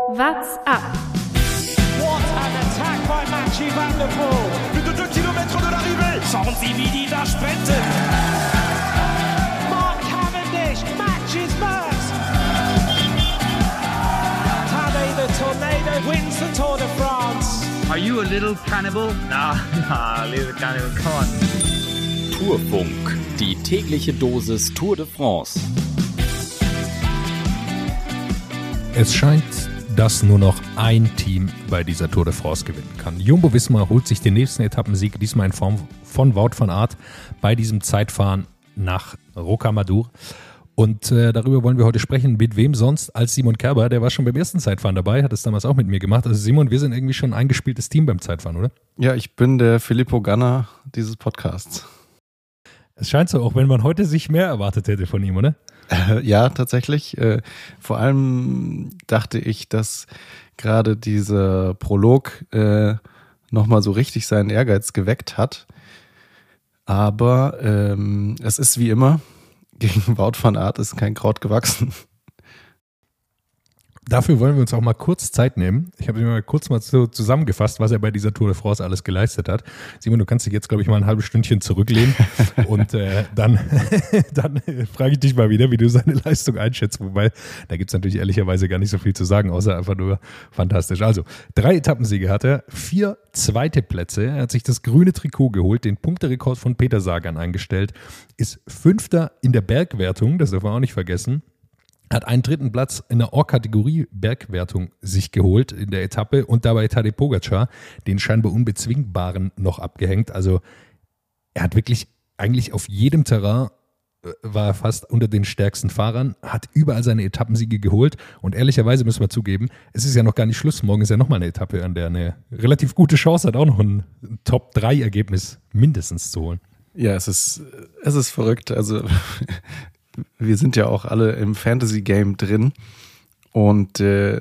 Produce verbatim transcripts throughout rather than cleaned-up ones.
What's up? What an attack by Mathieu van der Poel. Plus de deux kilomètres de l'arrivée. Schauen Sie, wie die da sprinten. Mark Cavendish matches Max. Tadej the Tornado wins the Tour de France. Are you a little cannibal? Nah, nah, little cannibal, come on. Tourfunk, die tägliche Dosis Tour de France. Es scheint, dass nur noch ein Team bei dieser Tour de France gewinnen kann. Jumbo-Visma holt sich den nächsten Etappensieg, diesmal in Form von Wout van Aert, bei diesem Zeitfahren nach Rocamadour. Und äh, darüber wollen wir heute sprechen, mit wem sonst als Simon Kerber. Der war schon beim ersten Zeitfahren dabei, hat es damals auch mit mir gemacht. Also Simon, wir sind irgendwie schon ein eingespieltes Team beim Zeitfahren, oder? Ja, ich bin der Filippo Ganna dieses Podcasts. Es scheint so, auch wenn man heute sich mehr erwartet hätte von ihm, oder? Äh, ja, tatsächlich. Äh, vor allem dachte ich, dass gerade dieser Prolog äh, nochmal so richtig seinen Ehrgeiz geweckt hat. Aber ähm, es ist wie immer, gegen Wout van Aert ist kein Kraut gewachsen. Dafür wollen wir uns auch mal kurz Zeit nehmen. Ich habe mir mal kurz mal so zusammengefasst, was er bei dieser Tour de France alles geleistet hat. Simon, du kannst dich jetzt, glaube ich, mal ein halbes Stündchen zurücklehnen und äh, dann, dann frage ich dich mal wieder, wie du seine Leistung einschätzt. Wobei, da gibt es natürlich ehrlicherweise gar nicht so viel zu sagen, außer einfach nur fantastisch. Also, drei Etappensiege hat er, vier zweite Plätze. Er hat sich das grüne Trikot geholt, den Punkterekord von Peter Sagan eingestellt, ist Fünfter in der Bergwertung, das darf man auch nicht vergessen. Hat einen dritten Platz in der Or-Kategorie Bergwertung sich geholt in der Etappe und dabei Tadej Pogačar, den scheinbar Unbezwingbaren, noch abgehängt. Also er hat wirklich eigentlich auf jedem Terrain, äh, war er fast unter den stärksten Fahrern, hat überall seine Etappensiege geholt und ehrlicherweise müssen wir zugeben, es ist ja noch gar nicht Schluss. Morgen ist ja nochmal eine Etappe, an der eine relativ gute Chance hat, auch noch ein Top drei Ergebnis mindestens zu holen. Ja, es ist, es ist verrückt. Also wir sind ja auch alle im Fantasy-Game drin und äh,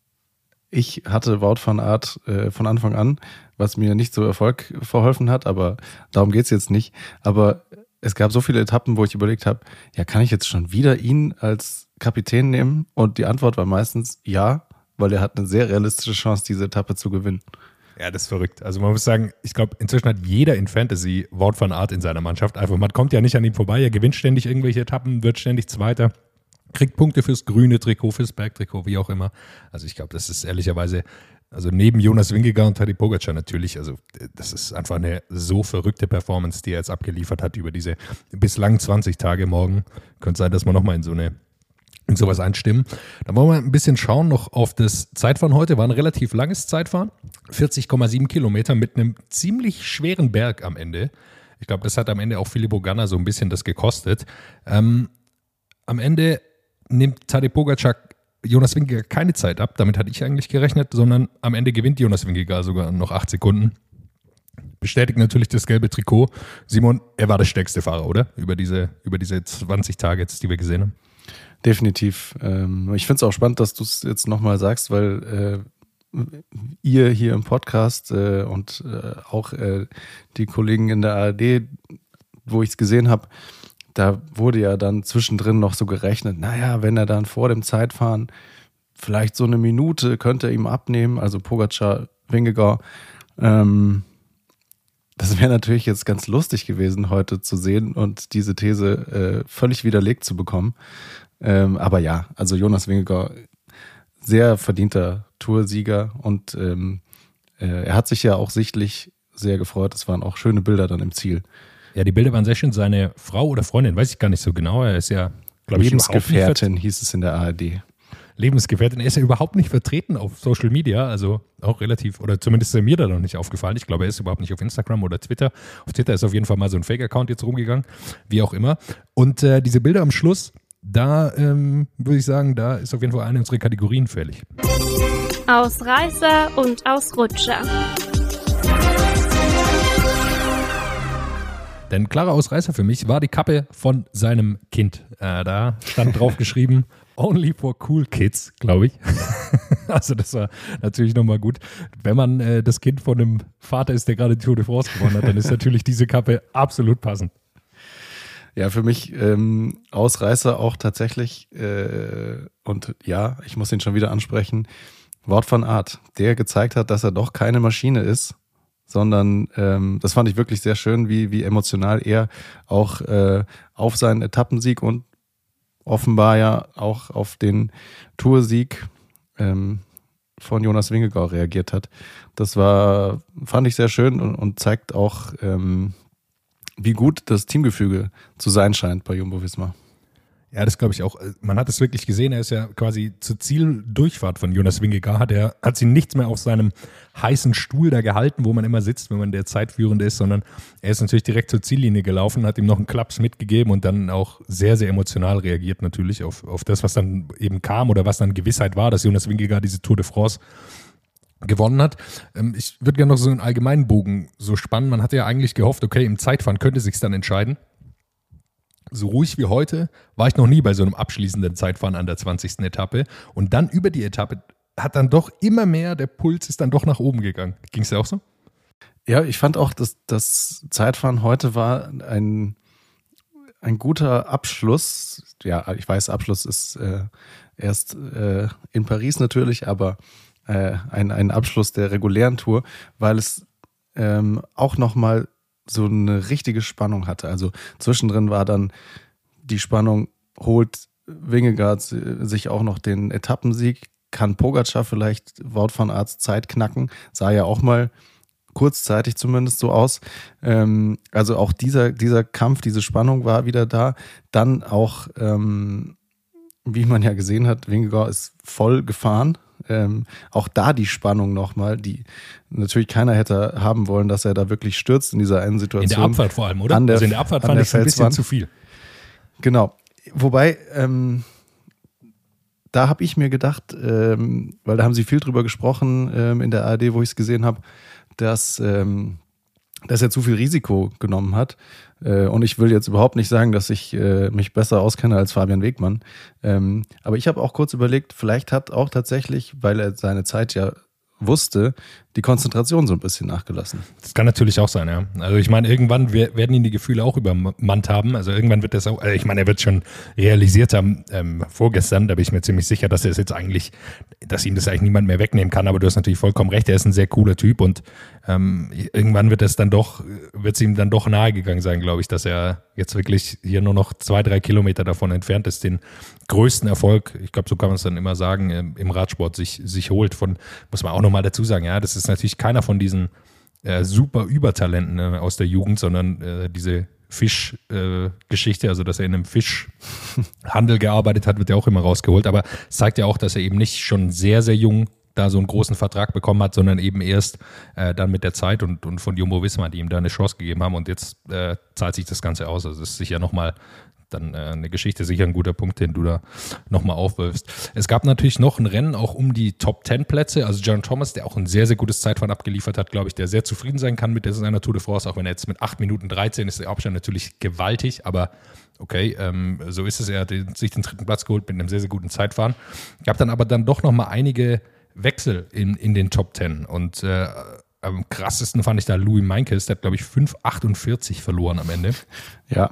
ich hatte Wout van Aert äh, von Anfang an, was mir nicht so Erfolg verholfen hat, aber darum geht's jetzt nicht. Aber es gab so viele Etappen, wo ich überlegt habe, ja, kann ich jetzt schon wieder ihn als Kapitän nehmen? Und die Antwort war meistens ja, weil er hat eine sehr realistische Chance, diese Etappe zu gewinnen. Ja, das ist verrückt. Also man muss sagen, ich glaube, inzwischen hat jeder in Fantasy Wout van Aert in seiner Mannschaft. Einfach, man kommt ja nicht an ihm vorbei, er gewinnt ständig irgendwelche Etappen, wird ständig Zweiter, kriegt Punkte fürs grüne Trikot, fürs Bergtrikot, wie auch immer. Also ich glaube, das ist ehrlicherweise, also neben Jonas Vingegaard und Tadej Pogačar natürlich, also das ist einfach eine so verrückte Performance, die er jetzt abgeliefert hat über diese bislang zwanzig Tage. Morgen könnte sein, dass man nochmal in so eine und sowas einstimmen. Dann wollen wir ein bisschen schauen noch auf das Zeitfahren heute. War ein relativ langes Zeitfahren, vierzig Komma sieben Kilometer mit einem ziemlich schweren Berg am Ende. Ich glaube, das hat am Ende auch Filippo Ganna so ein bisschen das gekostet. Ähm, am Ende nimmt Tadej Pogačar Jonas Vingegaard keine Zeit ab, damit hatte ich eigentlich gerechnet, sondern am Ende gewinnt Jonas Vingegaard sogar noch acht Sekunden. Bestätigt natürlich das gelbe Trikot. Simon, er war der stärkste Fahrer, oder? Über diese, über diese zwanzig Tage jetzt, die wir gesehen haben. Definitiv. Ich finde es auch spannend, dass du es jetzt nochmal sagst, weil äh, ihr hier im Podcast äh, und äh, auch äh, die Kollegen in der A R D, wo ich es gesehen habe, da wurde ja dann zwischendrin noch so gerechnet, naja, wenn er dann vor dem Zeitfahren vielleicht so eine Minute könnte er ihm abnehmen, also Pogačar, Vingegaard. Ähm, das wäre natürlich jetzt ganz lustig gewesen, heute zu sehen und diese These äh, völlig widerlegt zu bekommen. Ähm, aber ja, also Jonas Vingegaard, sehr verdienter Toursieger und ähm, äh, er hat sich ja auch sichtlich sehr gefreut. Es waren auch schöne Bilder dann im Ziel. Ja, die Bilder waren sehr schön. Seine Frau oder Freundin, weiß ich gar nicht so genau. Er ist ja, glaube ich, Lebensgefährtin hieß es in der A R D. Lebensgefährtin. Er ist ja überhaupt nicht vertreten auf Social Media, also auch relativ, oder zumindest ist mir da noch nicht aufgefallen. Ich glaube, er ist überhaupt nicht auf Instagram oder Twitter. Auf Twitter ist auf jeden Fall mal so ein Fake-Account jetzt rumgegangen, wie auch immer. Und äh, diese Bilder am Schluss, da ähm, würde ich sagen, da ist auf jeden Fall eine unserer Kategorien fällig. Ausreißer und Ausrutscher. Denn klarer Ausreißer für mich war die Kappe von seinem Kind. Äh, da stand drauf geschrieben, only for cool kids, glaube ich. Also das war natürlich nochmal gut. Wenn man äh, das Kind von einem Vater ist, der gerade die Tour de France gewonnen hat, dann ist natürlich diese Kappe absolut passend. Ja, für mich ähm, Ausreißer auch tatsächlich, äh, und ja, ich muss ihn schon wieder ansprechen, Wout van Aert, der gezeigt hat, dass er doch keine Maschine ist, sondern ähm, das fand ich wirklich sehr schön, wie, wie emotional er auch äh, auf seinen Etappensieg und offenbar ja auch auf den Toursieg ähm, von Jonas Vingegaard reagiert hat. Das war, fand ich sehr schön und, und zeigt auch, ähm, wie gut das Teamgefüge zu sein scheint bei Jumbo-Visma. Ja, das glaube ich auch. Man hat es wirklich gesehen, er ist ja quasi zur Zieldurchfahrt von Jonas Vingegaard, hat er hat sie nichts mehr auf seinem heißen Stuhl da gehalten, wo man immer sitzt, wenn man der Zeitführende ist, sondern er ist natürlich direkt zur Ziellinie gelaufen, hat ihm noch einen Klaps mitgegeben und dann auch sehr, sehr emotional reagiert natürlich auf, auf das, was dann eben kam oder was dann Gewissheit war, dass Jonas Vingegaard diese Tour de France gewonnen hat. Ich würde gerne noch so einen allgemeinen Bogen so spannen. Man hatte ja eigentlich gehofft, okay, im Zeitfahren könnte sich's dann entscheiden. So ruhig wie heute war ich noch nie bei so einem abschließenden Zeitfahren an der zwanzigsten Etappe. Und dann über die Etappe hat dann doch immer mehr, der Puls ist dann doch nach oben gegangen. Ging es dir auch so? Ja, ich fand auch, dass das Zeitfahren heute war ein, ein guter Abschluss. Ja, ich weiß, Abschluss ist äh, erst äh, in Paris natürlich, aber äh, ein, ein Abschluss der regulären Tour, weil es ähm, auch nochmal so eine richtige Spannung hatte. Also zwischendrin war dann die Spannung, holt Vingegaard sich auch noch den Etappensieg, kann Pogačar vielleicht Wout van Aerts Zeit knacken, sah ja auch mal kurzzeitig zumindest so aus. Ähm, also auch dieser, dieser Kampf, diese Spannung war wieder da. Dann auch, ähm, wie man ja gesehen hat, Vingegaard ist voll gefahren. Ähm, auch da die Spannung nochmal, die natürlich keiner hätte haben wollen, dass er da wirklich stürzt in dieser einen Situation. In der Abfahrt vor allem, oder? An der, also in der Abfahrt fand ich es ein bisschen zu viel. Genau. Wobei, ähm, da habe ich mir gedacht, ähm, weil da haben sie viel drüber gesprochen ähm, in der A R D, wo ich es gesehen habe, dass, ähm, dass er zu viel Risiko genommen hat. Äh, und ich will jetzt überhaupt nicht sagen, dass ich äh, mich besser auskenne als Fabian Wegmann. Ähm, aber ich habe auch kurz überlegt, vielleicht hat auch tatsächlich, weil er seine Zeit ja wusste, die Konzentration so ein bisschen nachgelassen. Das kann natürlich auch sein, ja. Also ich meine, irgendwann werden ihn die Gefühle auch übermannt haben. Also irgendwann wird das auch, also ich meine, er wird schon realisiert haben, ähm, vorgestern, da bin ich mir ziemlich sicher, dass er es jetzt eigentlich, dass ihm das eigentlich niemand mehr wegnehmen kann, aber du hast natürlich vollkommen recht, er ist ein sehr cooler Typ und ähm, irgendwann wird es dann doch, wird es ihm dann doch nahegegangen sein, glaube ich, dass er jetzt wirklich hier nur noch zwei, drei Kilometer davon entfernt ist, den größten Erfolg, ich glaube, so kann man es dann immer sagen, im Radsport sich, sich holt von, muss man auch nochmal dazu sagen, ja, das ist natürlich keiner von diesen äh, super Übertalenten äh, aus der Jugend, sondern äh, diese Fischgeschichte, äh, also dass er in einem Fischhandel gearbeitet hat, wird ja auch immer rausgeholt, aber es zeigt ja auch, dass er eben nicht schon sehr, sehr jung da so einen großen Vertrag bekommen hat, sondern eben erst äh, dann mit der Zeit und, und von Jumbo-Visma, die ihm da eine Chance gegeben haben und jetzt äh, zahlt sich das Ganze aus. Also das ist sicher nochmal dann äh, eine Geschichte, sicher ein guter Punkt, den du da nochmal aufwirfst. Es gab natürlich noch ein Rennen auch um die Top-Ten-Plätze, also John Thomas, der auch ein sehr, sehr gutes Zeitfahren abgeliefert hat, glaube ich, der sehr zufrieden sein kann mit seiner Tour de France, auch wenn er jetzt mit acht Minuten dreizehn ist, der Abstand natürlich gewaltig, aber okay, ähm, so ist es, er hat den, sich den dritten Platz geholt mit einem sehr, sehr guten Zeitfahren. Gab dann aber dann doch nochmal einige Wechsel in, in den Top Ten und äh, am krassesten fand ich da Louis Meintjes, der hat, glaube ich, fünf achtundvierzig verloren am Ende. Ja.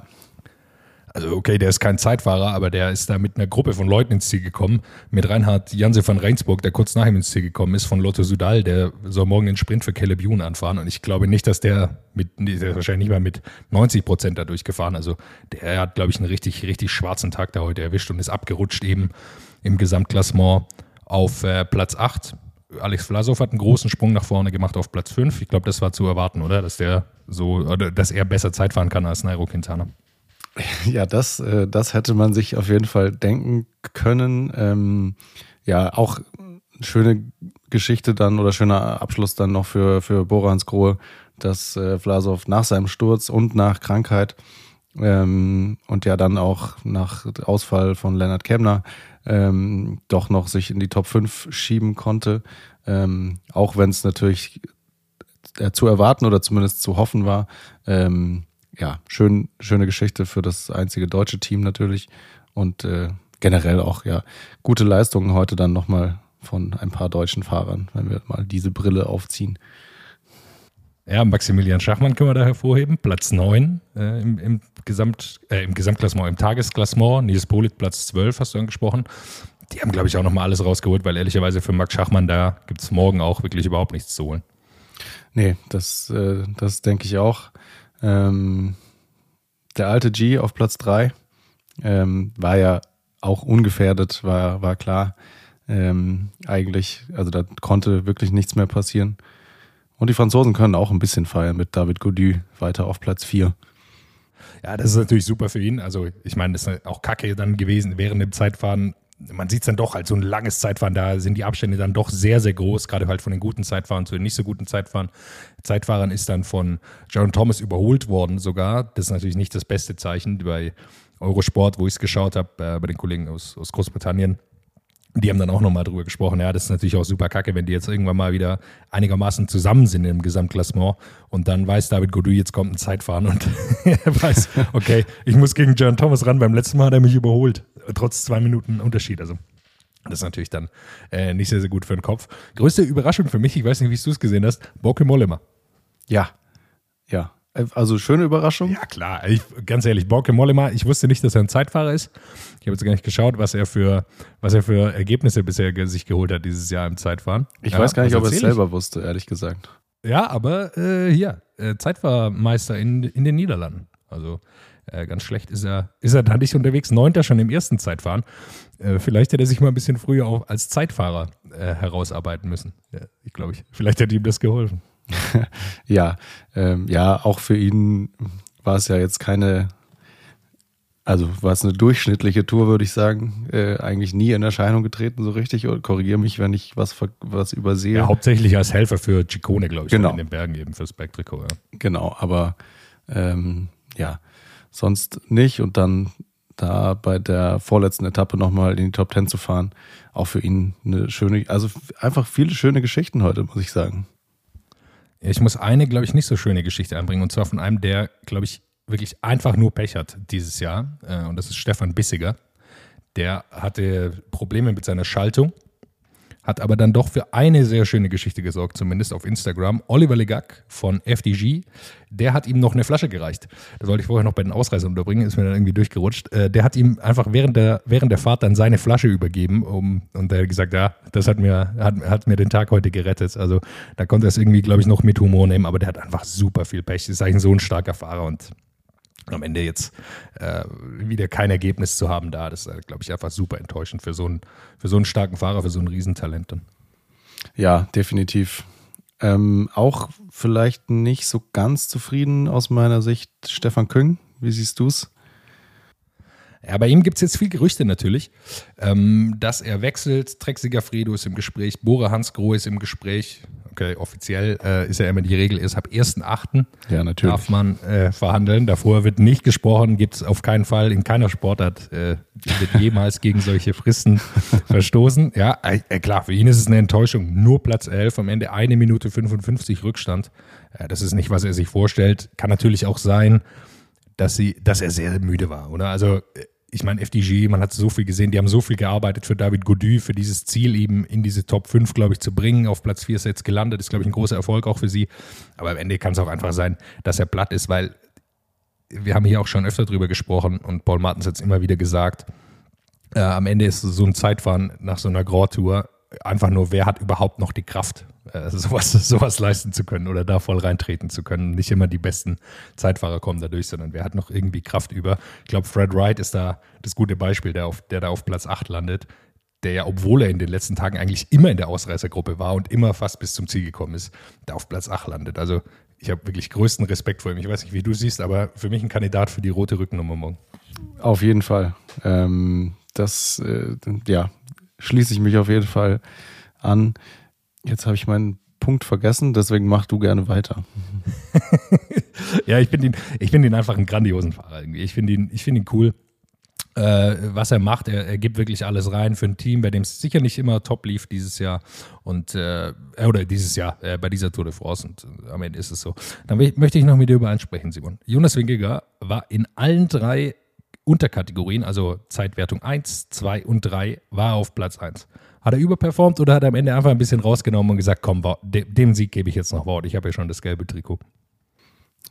Also okay, der ist kein Zeitfahrer, aber der ist da mit einer Gruppe von Leuten ins Ziel gekommen. Mit Reinhard Janse van Rensburg, der kurz nach ihm ins Ziel gekommen ist, von Lotto Soudal, der soll morgen den Sprint für Caleb Ewan anfahren. Und ich glaube nicht, dass der mit, der ist wahrscheinlich nicht mal mit neunzig Prozent da durchgefahren. Also der hat, glaube ich, einen richtig, richtig schwarzen Tag da heute erwischt und ist abgerutscht eben im Gesamtklassement auf äh, Platz acht. Alex Vlasov hat einen großen Sprung nach vorne gemacht auf Platz fünf. Ich glaube, das war zu erwarten, oder? Dass der so, oder dass er besser Zeit fahren kann als Nairo Quintana. Ja, das, äh, das hätte man sich auf jeden Fall denken können. Ähm, ja, auch schöne Geschichte dann oder schöner Abschluss dann noch für, für Bora Hansgrohe, dass äh, Vlasov nach seinem Sturz und nach Krankheit ähm, und ja dann auch nach Ausfall von Lennart Kämna ähm, doch noch sich in die Top fünf schieben konnte. Ähm, auch wenn es natürlich äh, zu erwarten oder zumindest zu hoffen war. Ähm, Ja, schön, schöne Geschichte für das einzige deutsche Team natürlich und äh, generell auch ja gute Leistungen heute dann nochmal von ein paar deutschen Fahrern, wenn wir mal diese Brille aufziehen. Ja, Maximilian Schachmann können wir da hervorheben, Platz neun äh, im, im, Gesamt, äh, im Gesamtklassement, im Tagesklassement. Nils Politt Platz zwölf, hast du angesprochen. die haben, glaube ich, auch nochmal alles rausgeholt, weil ehrlicherweise für Max Schachmann, da gibt es morgen auch wirklich überhaupt nichts zu holen. Nee, das, äh, das denke ich auch. Ähm, der alte G auf Platz drei ähm, war ja auch ungefährdet, war, war klar. Ähm, eigentlich, also da konnte wirklich nichts mehr passieren. Und die Franzosen können auch ein bisschen feiern mit David Gaudu weiter auf Platz vier. Ja, das ist natürlich super für ihn. Also ich meine, das ist auch kacke dann gewesen während dem Zeitfahren. Man sieht es dann doch als so ein langes Zeitfahren, da sind die Abstände dann doch sehr, sehr groß, gerade halt von den guten Zeitfahrern zu den nicht so guten Zeitfahrern. Zeitfahrern ist dann von Geraint Thomas überholt worden sogar. Das ist natürlich nicht das beste Zeichen bei Eurosport, wo ich es geschaut habe, äh, bei den Kollegen aus, aus Großbritannien. Die haben dann auch nochmal drüber gesprochen, ja, das ist natürlich auch super kacke, wenn die jetzt irgendwann mal wieder einigermaßen zusammen sind im Gesamtklassement und dann weiß David Gaudu, jetzt kommt ein Zeitfahren und er weiß, okay, ich muss gegen Geraint Thomas ran, beim letzten Mal hat er mich überholt, trotz zwei Minuten Unterschied, also das ist natürlich dann äh, nicht sehr, sehr gut für den Kopf. Größte Überraschung für mich, ich weiß nicht, wie du es gesehen hast, Bauke Mollema. Ja, ja. Also schöne Überraschung. Ja, klar. Ich, ganz ehrlich, Bauke Mollema, ich wusste nicht, dass er ein Zeitfahrer ist. Ich habe jetzt gar nicht geschaut, was er für, was er für Ergebnisse bisher ge- sich geholt hat dieses Jahr im Zeitfahren. Ich ja, weiß gar nicht, ob er es ich? selber wusste, ehrlich gesagt. Ja, aber äh, hier, äh, Zeitfahrmeister in, in den Niederlanden. Also äh, ganz schlecht ist er, ist er da nicht unterwegs. Neunter schon im ersten Zeitfahren. Äh, vielleicht hätte er sich mal ein bisschen früher auch als Zeitfahrer äh, herausarbeiten müssen. Ja, ich glaube, ich, vielleicht hätte ihm das geholfen. ja, ähm, ja, auch für ihn war es ja jetzt keine, also war es eine durchschnittliche Tour, würde ich sagen, äh, eigentlich nie in Erscheinung getreten so richtig. Korrigiere mich, wenn ich was, was übersehe. Ja, hauptsächlich als Helfer für Ciccone, glaube ich, genau. In den Bergen eben fürs Bergtrikot. Ja. Genau, aber ähm, ja, sonst nicht und dann da bei der vorletzten Etappe nochmal in die Top Ten zu fahren, auch für ihn eine schöne, also einfach viele schöne Geschichten heute, muss ich sagen. Ich muss eine, glaube ich, nicht so schöne Geschichte einbringen. Und zwar von einem, der, glaube ich, wirklich einfach nur Pech hat dieses Jahr. Und das ist Stefan Bissiger. Der hatte Probleme mit seiner Schaltung, hat aber dann doch für eine sehr schöne Geschichte gesorgt, zumindest auf Instagram. Oliver Legac von F D G, der hat ihm noch eine Flasche gereicht. Das wollte ich vorher noch bei den Ausreisern unterbringen, ist mir dann irgendwie durchgerutscht. Der hat ihm einfach während der, während der Fahrt dann seine Flasche übergeben um, und er hat gesagt, ja, das hat mir, hat, hat mir den Tag heute gerettet. Also da konnte er es irgendwie, glaube ich, noch mit Humor nehmen, aber der hat einfach super viel Pech. Das ist eigentlich so ein starker Fahrer und am Ende jetzt äh, wieder kein Ergebnis zu haben da, das ist, glaube ich, einfach super enttäuschend für so einen, für so einen starken Fahrer, für so ein Riesentalent dann. Ja, definitiv. Ähm, auch vielleicht nicht so ganz zufrieden aus meiner Sicht Stefan Küng. Wie siehst du es? Ja, bei ihm gibt es jetzt viel Gerüchte natürlich, ähm, dass er wechselt. Trek Segafredo ist im Gespräch, Bora Hansgrohe ist im Gespräch. Okay, offiziell äh, ist ja immer die Regel, erst ab ersten achten ja, natürlich. darf man äh, verhandeln. Davor wird nicht gesprochen, gibt es auf keinen Fall, in keiner Sportart äh, wird jemals gegen solche Fristen verstoßen. Ja, äh, klar, für ihn ist es eine Enttäuschung. Nur Platz elf, am Ende eine Minute fünfundfünfzig Rückstand. Äh, das ist nicht, was er sich vorstellt. Kann natürlich auch sein, dass, sie, dass er sehr müde war, oder? Also ich meine, F D G, man hat so viel gesehen, die haben so viel gearbeitet für David Gaudu, für dieses Ziel eben in diese Top fünf, glaube ich, zu bringen. Auf Platz vier ist er jetzt gelandet, ist, glaube ich, ein großer Erfolg auch für sie. Aber am Ende kann es auch einfach sein, dass er platt ist, weil wir haben hier auch schon öfter drüber gesprochen und Paul Martens hat es immer wieder gesagt, äh, am Ende ist so ein Zeitfahren nach so einer Grand Tour einfach nur, wer hat überhaupt noch die Kraft, äh, sowas, sowas leisten zu können oder da voll reintreten zu können. Nicht immer die besten Zeitfahrer kommen dadurch, sondern wer hat noch irgendwie Kraft über. Ich glaube, Fred Wright ist da das gute Beispiel, der, auf, der da auf Platz acht landet, der ja, obwohl er in den letzten Tagen eigentlich immer in der Ausreißergruppe war und immer fast bis zum Ziel gekommen ist, da auf Platz acht landet. Also ich habe wirklich größten Respekt vor ihm. Ich weiß nicht, wie du siehst, aber für mich ein Kandidat für die rote Rückennummer morgen. Auf jeden Fall. Ähm, das, äh, ja, schließe ich mich auf jeden Fall an. Jetzt habe ich meinen Punkt vergessen, deswegen mach du gerne weiter. Ja, ich finde ihn, ich finde ihn einfach einen grandiosen Fahrer irgendwie. Ich finde ihn, ich finde ihn cool. Äh, was er macht, er, er gibt wirklich alles rein für ein Team, bei dem es sicher nicht immer top lief dieses Jahr und äh, oder dieses Jahr äh, bei dieser Tour de France und äh, am Ende ist es so. Dann möchte ich noch mit dir über eins sprechen, Simon. Jonas Vingegaard war in allen drei Unterkategorien, also Zeitwertung eins, zwei und drei, war auf Platz eins. Hat er überperformt oder hat er am Ende einfach ein bisschen rausgenommen und gesagt, komm, dem Sieg gebe ich jetzt noch Wort, ich habe ja schon das gelbe Trikot?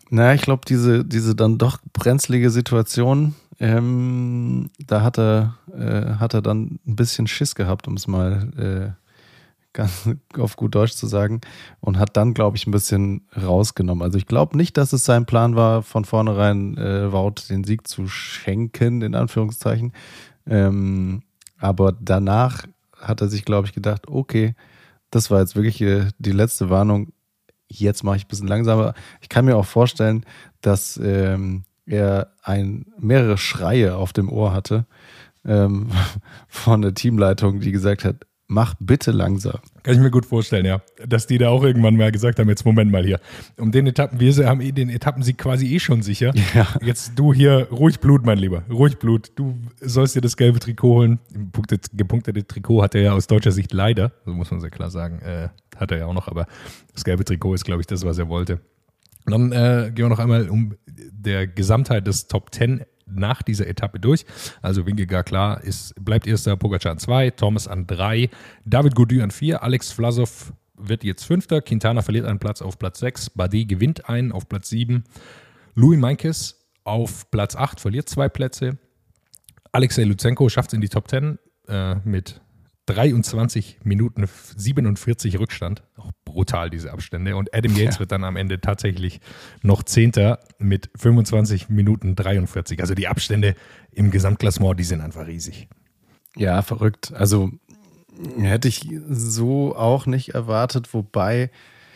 naja, ich glaube, diese, diese dann doch brenzlige Situation, ähm, da hat er, äh, hat er dann ein bisschen Schiss gehabt, um es mal äh, ganz auf gut Deutsch zu sagen, und hat dann, glaube ich, ein bisschen rausgenommen. Also ich glaube nicht, dass es sein Plan war, von vornherein äh, Wout den Sieg zu schenken, in Anführungszeichen. Ähm, aber danach hat er sich, glaube ich, gedacht, okay, das war jetzt wirklich äh, die letzte Warnung, jetzt mache ich ein bisschen langsamer. Ich kann mir auch vorstellen, dass ähm, er ein, mehrere Schreie auf dem Ohr hatte ähm, von der Teamleitung, die gesagt hat, mach bitte langsam. Kann ich mir gut vorstellen, ja. Dass die da auch irgendwann mal gesagt haben, jetzt Moment mal hier. Um den Etappen, wir haben eh den Etappensieg quasi eh schon sicher. Ja. Jetzt du hier, ruhig Blut, mein Lieber, ruhig Blut. Du sollst dir das gelbe Trikot holen. Gepunktet, gepunktete Trikot hat er ja aus deutscher Sicht leider, so muss man sehr klar sagen, äh, hat er ja auch noch, aber das gelbe Trikot ist, glaube ich, das, was er wollte. Und dann äh, gehen wir noch einmal um der Gesamtheit des Top Ten nach dieser Etappe durch. Also Vingegaard, klar, ist, bleibt erster, Pogacar an zwei, Thomas an drei, David Gaudu an vier, Alex Vlasov wird jetzt Fünfter, Quintana verliert einen Platz auf Platz sechs, Bardet gewinnt einen auf Platz sieben, Louis Meintjes auf Platz acht, verliert zwei Plätze, Alexei Lutsenko schafft es in die Top Ten äh, mit dreiundzwanzig Minuten siebenundvierzig Rückstand. Auch brutal, diese Abstände. Und Adam Yates ja. wird dann am Ende tatsächlich noch Zehnter mit fünfundzwanzig Minuten dreiundvierzig. Also die Abstände im Gesamtklassement, die sind einfach riesig. Ja, verrückt. Also hätte ich so auch nicht erwartet, wobei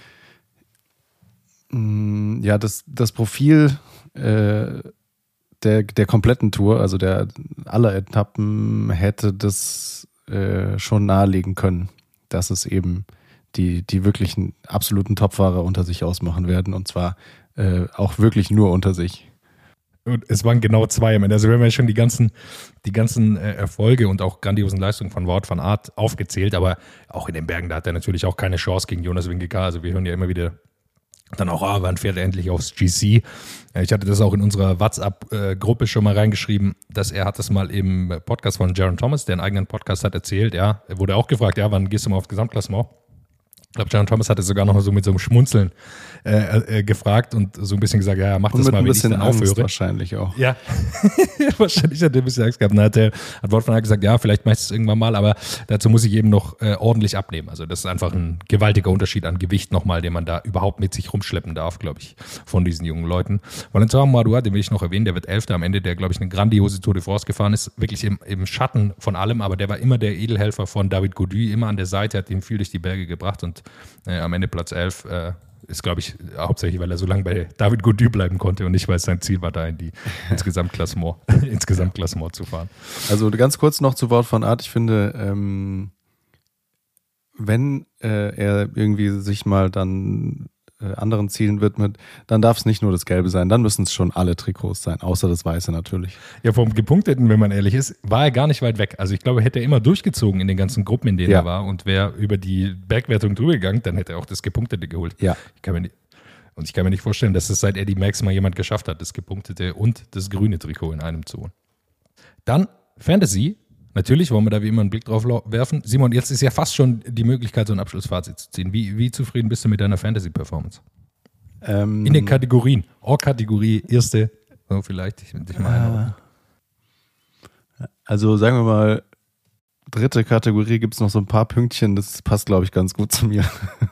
mh, ja, das, das Profil äh, der, der kompletten Tour, also der aller Etappen, hätte das schon nahelegen können, dass es eben die, die wirklichen absoluten Topfahrer unter sich ausmachen werden, und zwar äh, auch wirklich nur unter sich. Und es waren genau zwei am Ende. Also wir haben ja schon die ganzen, die ganzen äh, Erfolge und auch grandiosen Leistungen von Wout van Aert aufgezählt, aber auch in den Bergen, da hat er natürlich auch keine Chance gegen Jonas Vingegaard. Also wir hören ja immer wieder dann auch, ah, wann fährt er endlich aufs G C? Ich hatte das auch in unserer WhatsApp-Gruppe schon mal reingeschrieben, dass er hat das mal im Podcast von Jaron Thomas, der einen eigenen Podcast hat, erzählt. Ja, er wurde auch gefragt, ja, wann gehst du mal aufs Gesamtklassement? Ich glaube, Jaron Thomas hatte sogar noch so mit so einem Schmunzeln äh, äh, gefragt und so ein bisschen gesagt, ja, mach das mal, wenn ich dann aufhöre. Wahrscheinlich auch. Ja, wahrscheinlich hat er ein bisschen Angst gehabt. Dann hat er, hat Wout van Aert gesagt, ja, vielleicht mach ich es irgendwann mal, aber dazu muss ich eben noch äh, ordentlich abnehmen. Also das ist einfach ein gewaltiger Unterschied an Gewicht nochmal, den man da überhaupt mit sich rumschleppen darf, glaube ich, von diesen jungen Leuten. Valentin Madouas, den will ich noch erwähnen, der wird Elfter am Ende, der, glaube ich, eine grandiose Tour de France gefahren ist, wirklich im, im Schatten von allem, aber der war immer der Edelhelfer von David Gaudu, immer an der Seite, hat ihn viel durch die Berge gebracht und äh, am Ende Platz elf äh, ist, glaube ich, hauptsächlich, weil er so lange bei David Gaudu bleiben konnte und nicht, weil sein Ziel war, da in die, ins Gesamtklassement, ins Gesamtklassement zu fahren. Also ganz kurz noch zu Wout van Aert. Ich finde, ähm, wenn äh, er irgendwie sich mal dann äh, anderen Zielen widmet, dann darf es nicht nur das Gelbe sein, dann müssen es schon alle Trikots sein, außer das Weiße natürlich. Ja, vom Gepunkteten, wenn man ehrlich ist, war er gar nicht weit weg. Also ich glaube, hätte er immer durchgezogen in den ganzen Gruppen, in denen ja. er war, und wäre über die Bergwertung drüber gegangen, dann hätte er auch das Gepunktete geholt. Ja. Ich kann mir nicht, und ich kann mir nicht vorstellen, dass es seit Eddie Merckx mal jemand geschafft hat, das Gepunktete und das grüne Trikot in einem zu holen. Dann Fantasy. Natürlich wollen wir da wie immer einen Blick drauf werfen. Simon, jetzt ist ja fast schon die Möglichkeit, so ein Abschlussfazit zu ziehen. Wie, wie zufrieden bist du mit deiner Fantasy-Performance? Ähm, In den Kategorien. Or-Kategorie, erste, so vielleicht. Ich, ich meine äh, also sagen wir mal, dritte Kategorie gibt es noch so ein paar Pünktchen, das passt, glaube ich, ganz gut zu mir.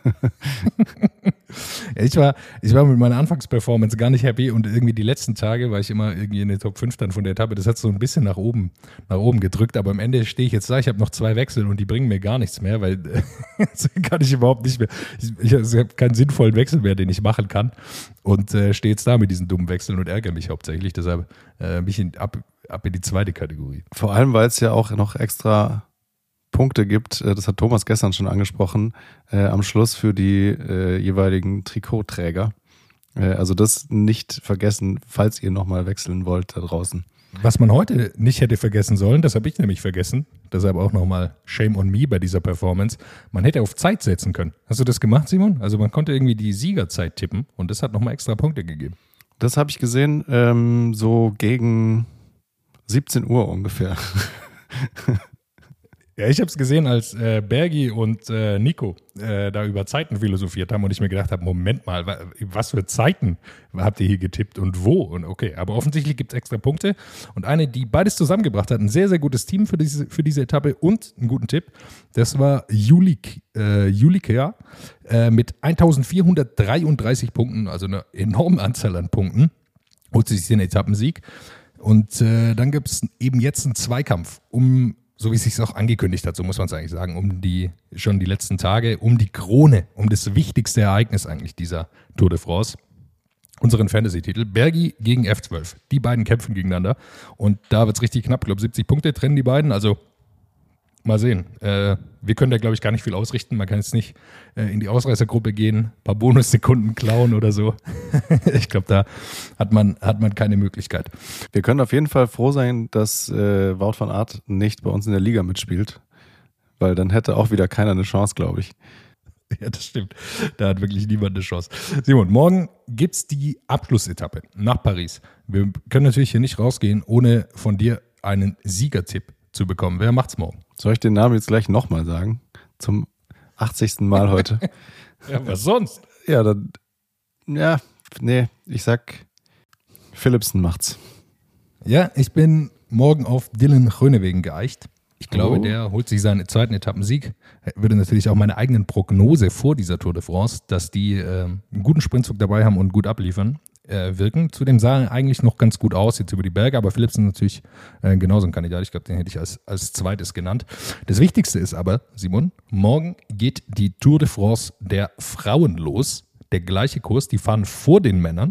Ja, ich, war, ich war mit meiner Anfangsperformance gar nicht happy und irgendwie die letzten Tage war ich immer irgendwie in den Top fünf dann von der Etappe. Das hat so ein bisschen nach oben, nach oben gedrückt, aber am Ende stehe ich jetzt da, ich habe noch zwei Wechsel und die bringen mir gar nichts mehr, weil das kann ich überhaupt nicht mehr. Ich, ich, ich habe keinen sinnvollen Wechsel mehr, den ich machen kann, und äh, stehe jetzt da mit diesen dummen Wechseln und ärgere mich hauptsächlich. Deshalb äh, mich in, ab, ab in die zweite Kategorie. Vor allem, weil es ja auch noch extra Punkte gibt, das hat Thomas gestern schon angesprochen, äh, am Schluss für die äh, jeweiligen Trikotträger. Äh, also das nicht vergessen, falls ihr nochmal wechseln wollt da draußen. Was man heute nicht hätte vergessen sollen, das habe ich nämlich vergessen, deshalb auch nochmal Shame on me bei dieser Performance, man hätte auf Zeit setzen können. Hast du das gemacht, Simon? Also man konnte irgendwie die Siegerzeit tippen und das hat nochmal extra Punkte gegeben. Das habe ich gesehen, ähm, so gegen siebzehn Uhr ungefähr. Ja, ich habe es gesehen, als äh, Bergi und äh, Nico äh, da über Zeiten philosophiert haben und ich mir gedacht habe, Moment mal, wa- was für Zeiten habt ihr hier getippt und wo? Und okay, aber offensichtlich gibt es extra Punkte und eine, die beides zusammengebracht hat, ein sehr, sehr gutes Team für diese, für diese Etappe und einen guten Tipp, das war Julik, äh, Julika äh, mit eintausendvierhundertdreiunddreißig Punkten, also eine enorme Anzahl an Punkten, holt sich den Etappensieg und äh, dann gibt es eben jetzt einen Zweikampf um, so wie es sich auch angekündigt hat, so muss man es eigentlich sagen, um die, schon die letzten Tage, um die Krone, um das wichtigste Ereignis eigentlich dieser Tour de France, unseren Fantasy-Titel. Bergi gegen F zwölf. Die beiden kämpfen gegeneinander und da wird es richtig knapp. Ich glaube, siebzig Punkte trennen die beiden, also mal sehen. Äh, wir können da, glaube ich, gar nicht viel ausrichten. Man kann jetzt nicht äh, in die Ausreißergruppe gehen, ein paar Bonussekunden klauen oder so. Ich glaube, da hat man, hat man keine Möglichkeit. Wir können auf jeden Fall froh sein, dass äh, Wout van Aert nicht bei uns in der Liga mitspielt, weil dann hätte auch wieder keiner eine Chance, glaube ich. Ja, das stimmt. Da hat wirklich niemand eine Chance. Simon, morgen gibt es die Abschlussetappe nach Paris. Wir können natürlich hier nicht rausgehen, ohne von dir einen Siegertipp zu bekommen. Wer macht's morgen? Soll ich den Namen jetzt gleich nochmal sagen? Zum achtzigsten Mal heute. Ja, was sonst? Ja, dann, ja, nee, ich sag, Philipsen macht's. Ja, ich bin morgen auf Dylan Groenewegen geeicht. Ich glaube, Oh. der holt sich seinen zweiten Etappensieg. Würde natürlich auch meine eigenen Prognose vor dieser Tour de France, dass die äh, einen guten Sprintzug dabei haben und gut abliefern, äh, wirken. Zudem sah er eigentlich noch ganz gut aus jetzt über die Berge, aber Philipsen natürlich äh, genauso ein Kandidat. Ich glaube, den hätte ich als, als zweites genannt. Das Wichtigste ist aber, Simon, morgen geht die Tour de France der Frauen los. Der gleiche Kurs, die fahren vor den Männern.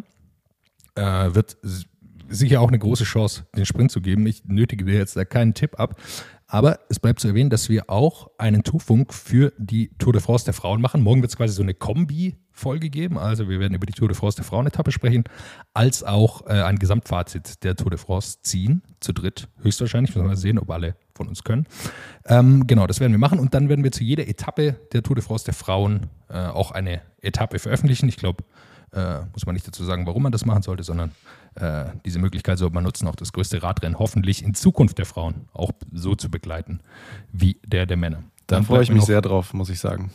Äh, wird sicher auch eine große Chance, den Sprint zu geben. Ich nötige dir jetzt da keinen Tipp ab. Aber es bleibt zu erwähnen, dass wir auch einen Tourfunk für die Tour de France der Frauen machen. Morgen wird es quasi so eine Kombi-Folge geben. Also wir werden über die Tour de France der Frauen-Etappe sprechen, als auch äh, ein Gesamtfazit der Tour de France ziehen. Zu dritt höchstwahrscheinlich. Müssen wir mal sehen, ob alle von uns können. Ähm, genau, das werden wir machen. Und dann werden wir zu jeder Etappe der Tour de France der Frauen äh, auch eine Etappe veröffentlichen. Ich glaube, äh, muss man nicht dazu sagen, warum man das machen sollte, sondern äh, diese Möglichkeit sollte man nutzen, auch das größte Radrennen hoffentlich in Zukunft der Frauen auch so zu begleiten wie der der Männer. Da Dann freue ich bleibt mir mich noch- sehr drauf, muss ich sagen.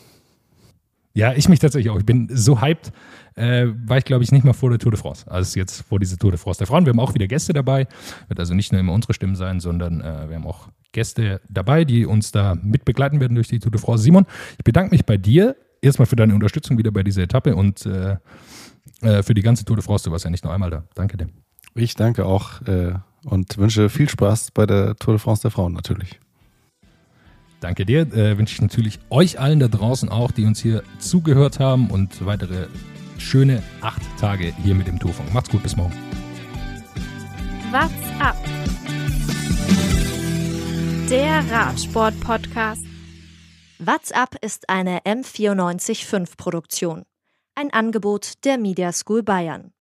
Ja, ich mich tatsächlich auch. Ich bin so hyped, äh, war ich glaube ich nicht mal vor der Tour de France, als jetzt vor dieser Tour de France der Frauen. Wir haben auch wieder Gäste dabei, wird also nicht nur immer unsere Stimmen sein, sondern äh, wir haben auch Gäste dabei, die uns da mitbegleiten werden durch die Tour de France. Simon, ich bedanke mich bei dir erstmal für deine Unterstützung wieder bei dieser Etappe und äh, äh, für die ganze Tour de France. Du warst ja nicht nur einmal da. Danke dir. Ich danke auch äh, und wünsche viel Spaß bei der Tour de France der Frauen natürlich. Danke dir. Äh, wünsche ich natürlich euch allen da draußen auch, die uns hier zugehört haben und weitere schöne acht Tage hier mit dem Tourfunk. Macht's gut, bis morgen. What's up? Der Radsport-Podcast. What's up ist eine M vierundneunzig Komma fünf Produktion. Ein Angebot der Media School Bayern.